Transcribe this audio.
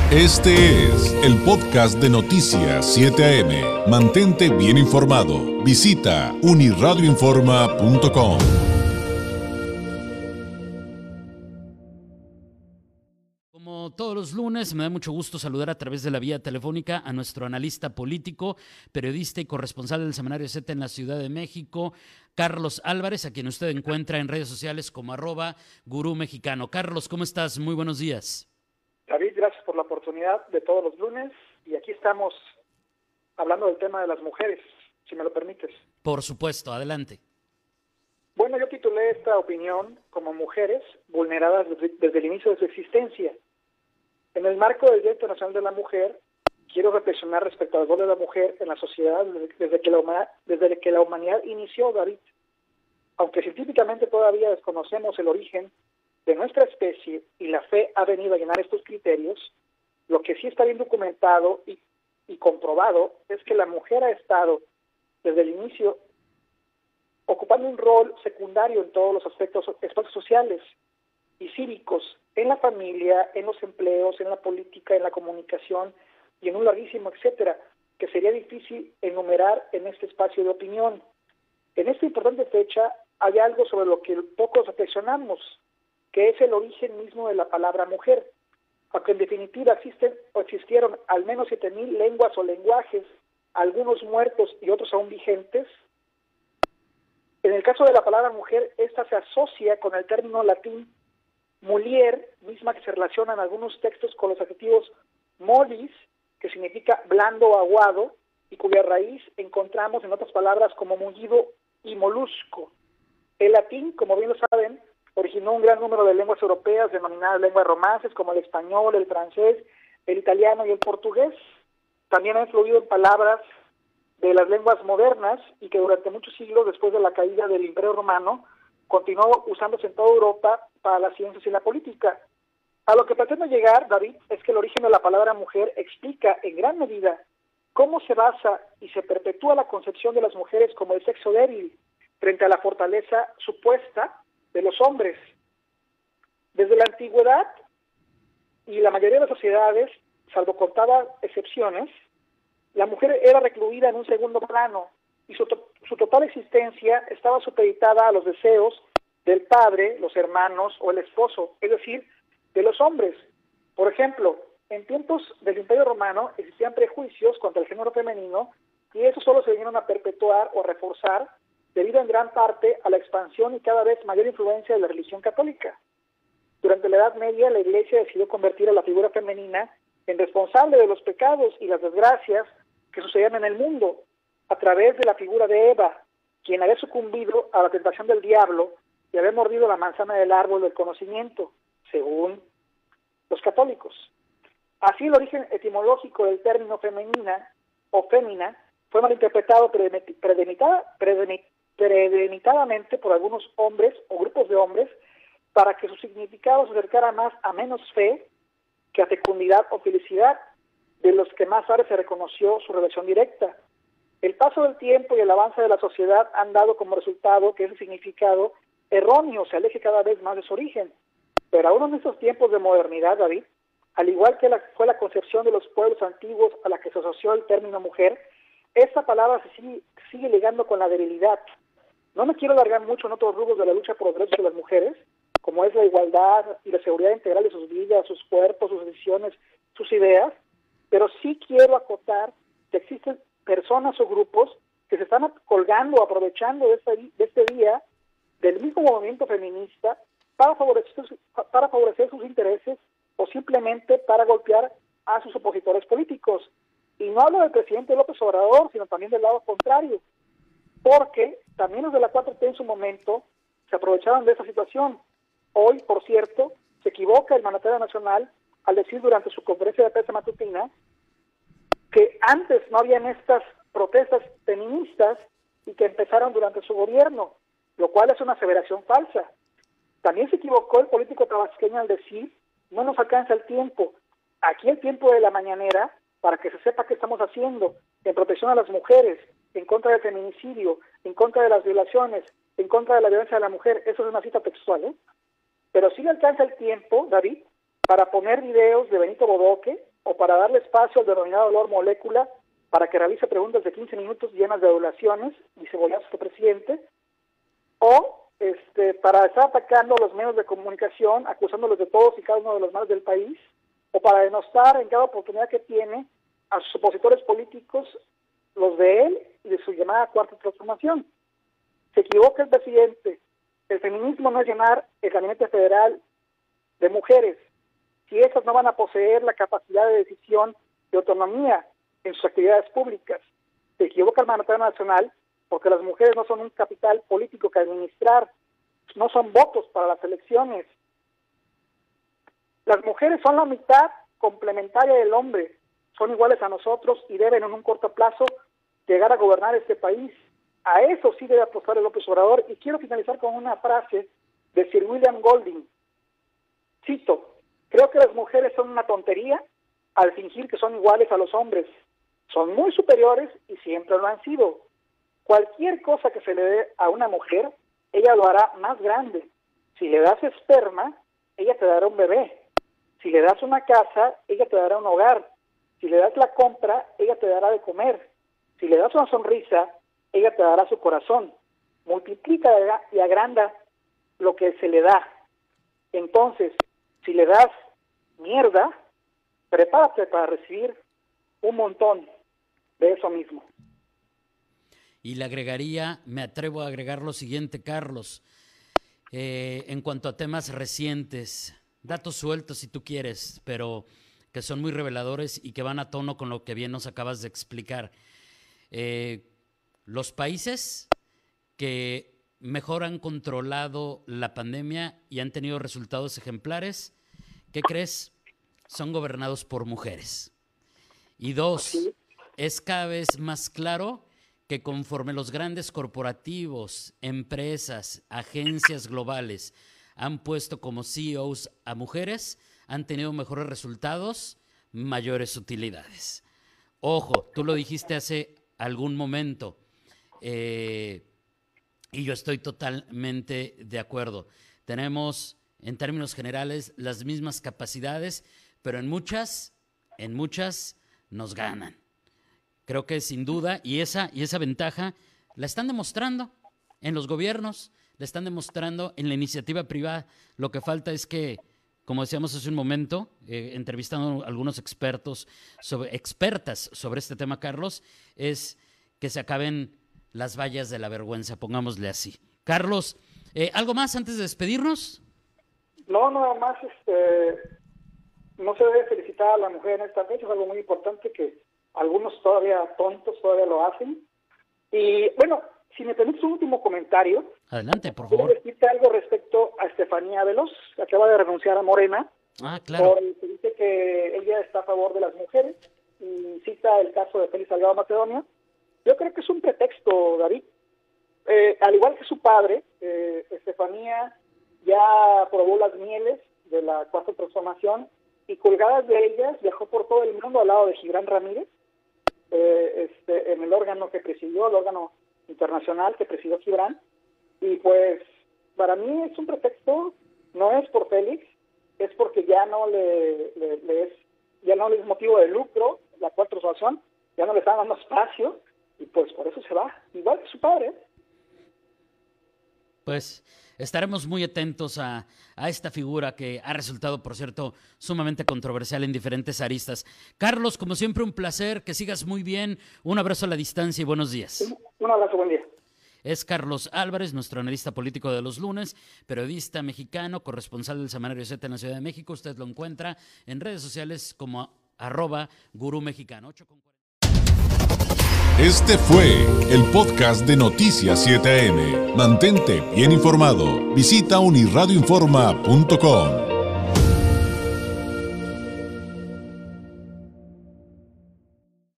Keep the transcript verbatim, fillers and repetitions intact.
Este es el podcast de Noticias siete A M. Mantente bien informado. Visita uniradioinforma punto com. Como todos los lunes, me da mucho gusto saludar a través de la vía telefónica a nuestro analista político, periodista y corresponsal del Semanario Z en la Ciudad de México, Carlos Álvarez, a quien usted encuentra en redes sociales como arroba gurú mexicano. Carlos, ¿cómo estás? Muy buenos días. David, gracias por la oportunidad de todos los lunes y aquí estamos hablando del tema de las mujeres, si me lo permites. Por supuesto, adelante. Bueno, yo titulé esta opinión como mujeres vulneradas desde, desde el inicio de su existencia. En el marco del Día Internacional de la Mujer, quiero reflexionar respecto al rol de la mujer en la sociedad desde, desde, que, la humanidad, desde que la humanidad inició, David. Aunque científicamente todavía desconocemos el origen de nuestra especie y la fe ha venido a llenar estos criterios, lo que sí está bien documentado y, y comprobado es que la mujer ha estado desde el inicio ocupando un rol secundario en todos los aspectos, aspectos sociales y cívicos, en la familia, en los empleos, en la política, en la comunicación y en un larguísimo etcétera, que sería difícil enumerar en este espacio de opinión. En esta importante fecha hay algo sobre lo que pocos reflexionamos, que es el origen mismo de la palabra mujer. Aunque en definitiva existen o existieron al menos siete mil lenguas o lenguajes, algunos muertos y otros aún vigentes, en el caso de la palabra mujer, esta se asocia con el término latín mulier, misma que se relaciona en algunos textos con los adjetivos molis, que significa blando o aguado, y cuya raíz encontramos en otras palabras como mullido y molusco. El latín, como bien lo saben, originó un gran número de lenguas europeas denominadas lenguas romances, como el español, el francés, el italiano y el portugués. También ha influido en palabras de las lenguas modernas y que durante muchos siglos después de la caída del Imperio Romano continuó usándose en toda Europa para las ciencias y la política. A lo que pretendo llegar, David, es que el origen de la palabra mujer explica en gran medida cómo se basa y se perpetúa la concepción de las mujeres como el sexo débil frente a la fortaleza supuesta de los hombres. Desde la antigüedad y la mayoría de las sociedades, salvo contadas excepciones, la mujer era recluida en un segundo plano y su, to- su total existencia estaba supeditada a los deseos del padre, los hermanos o el esposo, es decir, de los hombres. Por ejemplo, en tiempos del Imperio Romano existían prejuicios contra el género femenino y eso solo se vinieron a perpetuar o a reforzar debido en gran parte a la expansión y cada vez mayor influencia de la religión católica. Durante la Edad Media, la Iglesia decidió convertir a la figura femenina en responsable de los pecados y las desgracias que sucedían en el mundo, a través de la figura de Eva, quien había sucumbido a la tentación del diablo y había mordido la manzana del árbol del conocimiento, según los católicos. Así, el origen etimológico del término femenina o fémina fue malinterpretado premeditada, premeditadamente por algunos hombres o grupos de hombres para que su significado se acercara más a menos fe que a fecundidad o felicidad, de los que más tarde se reconoció su relación directa. El paso del tiempo y el avance de la sociedad han dado como resultado que ese significado erróneo se aleje cada vez más de su origen. Pero aún en estos tiempos de modernidad, David, al igual que la, fue la concepción de los pueblos antiguos a la que se asoció el término mujer, esta palabra se sigue, sigue ligando con la debilidad. No me quiero alargar mucho en otros rubros de la lucha por los derechos de las mujeres, como es la igualdad y la seguridad integral de sus vidas, sus cuerpos, sus decisiones, sus ideas, pero sí quiero acotar que existen personas o grupos que se están colgando o aprovechando de este, de este día del mismo movimiento feminista para favorecer, para favorecer sus intereses o simplemente para golpear a sus opositores políticos. Y no hablo del presidente López Obrador, sino también del lado contrario, porque también los de la cuatro T en su momento se aprovecharon de esa situación. Hoy, por cierto, se equivoca el mandatario nacional al decir durante su conferencia de prensa matutina que antes no habían estas protestas feministas y que empezaron durante su gobierno, lo cual es una aseveración falsa. También se equivocó el político tabasqueño al decir, no nos alcanza el tiempo, aquí el tiempo de la mañanera, para que se sepa qué estamos haciendo en protección a las mujeres, en contra del feminicidio, en contra de las violaciones, en contra de la violencia de la mujer. Eso es una cita textual, ¿eh? Pero sí le alcanza el tiempo, David, para poner videos de Benito Bodoque o para darle espacio al denominado Lord Molécula para que realice preguntas de quince minutos llenas de adulaciones y cebollazos al presidente, o este, para estar atacando a los medios de comunicación, acusándolos de todos y cada uno de los males del país, o para denostar en cada oportunidad que tiene a sus opositores políticos, los de él y de su llamada cuarta transformación. Se equivoca el presidente. El feminismo no es llenar el gabinete federal de mujeres, si esas no van a poseer la capacidad de decisión y autonomía en sus actividades públicas. Se equivoca el mandatario nacional porque las mujeres no son un capital político que administrar, no son votos para las elecciones. Las mujeres son la mitad complementaria del hombre, son iguales a nosotros y deben en un corto plazo llegar a gobernar este país. A eso sí debe apostar el López Obrador, y quiero finalizar con una frase de Sir William Golding. Cito: creo que las mujeres son una tontería al fingir que son iguales a los hombres. Son muy superiores y siempre lo han sido. Cualquier cosa que se le dé a una mujer, ella lo hará más grande. Si le das esperma, ella te dará un bebé. Si le das una casa, ella te dará un hogar. Si le das la compra, ella te dará de comer. Si le das una sonrisa, ella te dará su corazón. Multiplica y agranda lo que se le da. Entonces, si le das mierda, prepárate para recibir un montón de eso mismo. Y le agregaría, me atrevo a agregar lo siguiente, Carlos, eh, en cuanto a temas recientes, datos sueltos si tú quieres, pero que son muy reveladores y que van a tono con lo que bien nos acabas de explicar. Eh, los países que mejor han controlado la pandemia y han tenido resultados ejemplares, ¿qué crees? Son gobernados por mujeres. Y dos, es cada vez más claro que conforme los grandes corporativos, empresas, agencias globales han puesto como C E Os a mujeres, han tenido mejores resultados, mayores utilidades. Ojo, tú lo dijiste hace algún momento, eh, y yo estoy totalmente de acuerdo. Tenemos, en términos generales, las mismas capacidades, pero en muchas, en muchas nos ganan. Creo que sin duda, y esa, y esa ventaja la están demostrando en los gobiernos, la están demostrando en la iniciativa privada. Lo que falta es que, como decíamos hace un momento, eh, entrevistando a algunos expertos, sobre, expertas sobre este tema, Carlos, es que se acaben las vallas de la vergüenza, pongámosle así. Carlos, eh, ¿algo más antes de despedirnos? No, nada más, este, no se debe felicitar a la mujer en esta fecha, es algo muy importante que algunos todavía tontos todavía lo hacen. Y bueno, si me permites un último comentario. Adelante, por quiero favor. decirte algo respecto a Estefanía Ábalos, que acaba de renunciar a Morena. Ah, claro. Por, dice que ella está a favor de las mujeres y cita el caso de Félix Salgado Macedonio. Yo creo que es un pretexto, David. Eh, al igual que su padre, eh, Estefanía ya probó las mieles de la cuarta transformación y colgadas de ellas viajó por todo el mundo al lado de Gibran Ramírez, eh, este, en el órgano que presidió, el órgano internacional que presidió Gibran. Y pues para mí es un pretexto, no es por Félix, es porque ya no le, le, le es ya no le es motivo de lucro la cuarta transformación, ya no le están dando espacio y pues por eso se va, igual que su padre. Pues estaremos muy atentos a, a esta figura que ha resultado, por cierto, sumamente controversial en diferentes aristas. Carlos, como siempre, un placer, que sigas muy bien, un abrazo a la distancia y buenos días. Un, un abrazo, buen día. Es Carlos Álvarez, nuestro analista político de los lunes, periodista mexicano, corresponsal del Semanario Z en la Ciudad de México. Usted lo encuentra en redes sociales como arroba gurú mexicano. Este fue el podcast de Noticias siete A M. Mantente bien informado. Visita unirradioinforma punto com.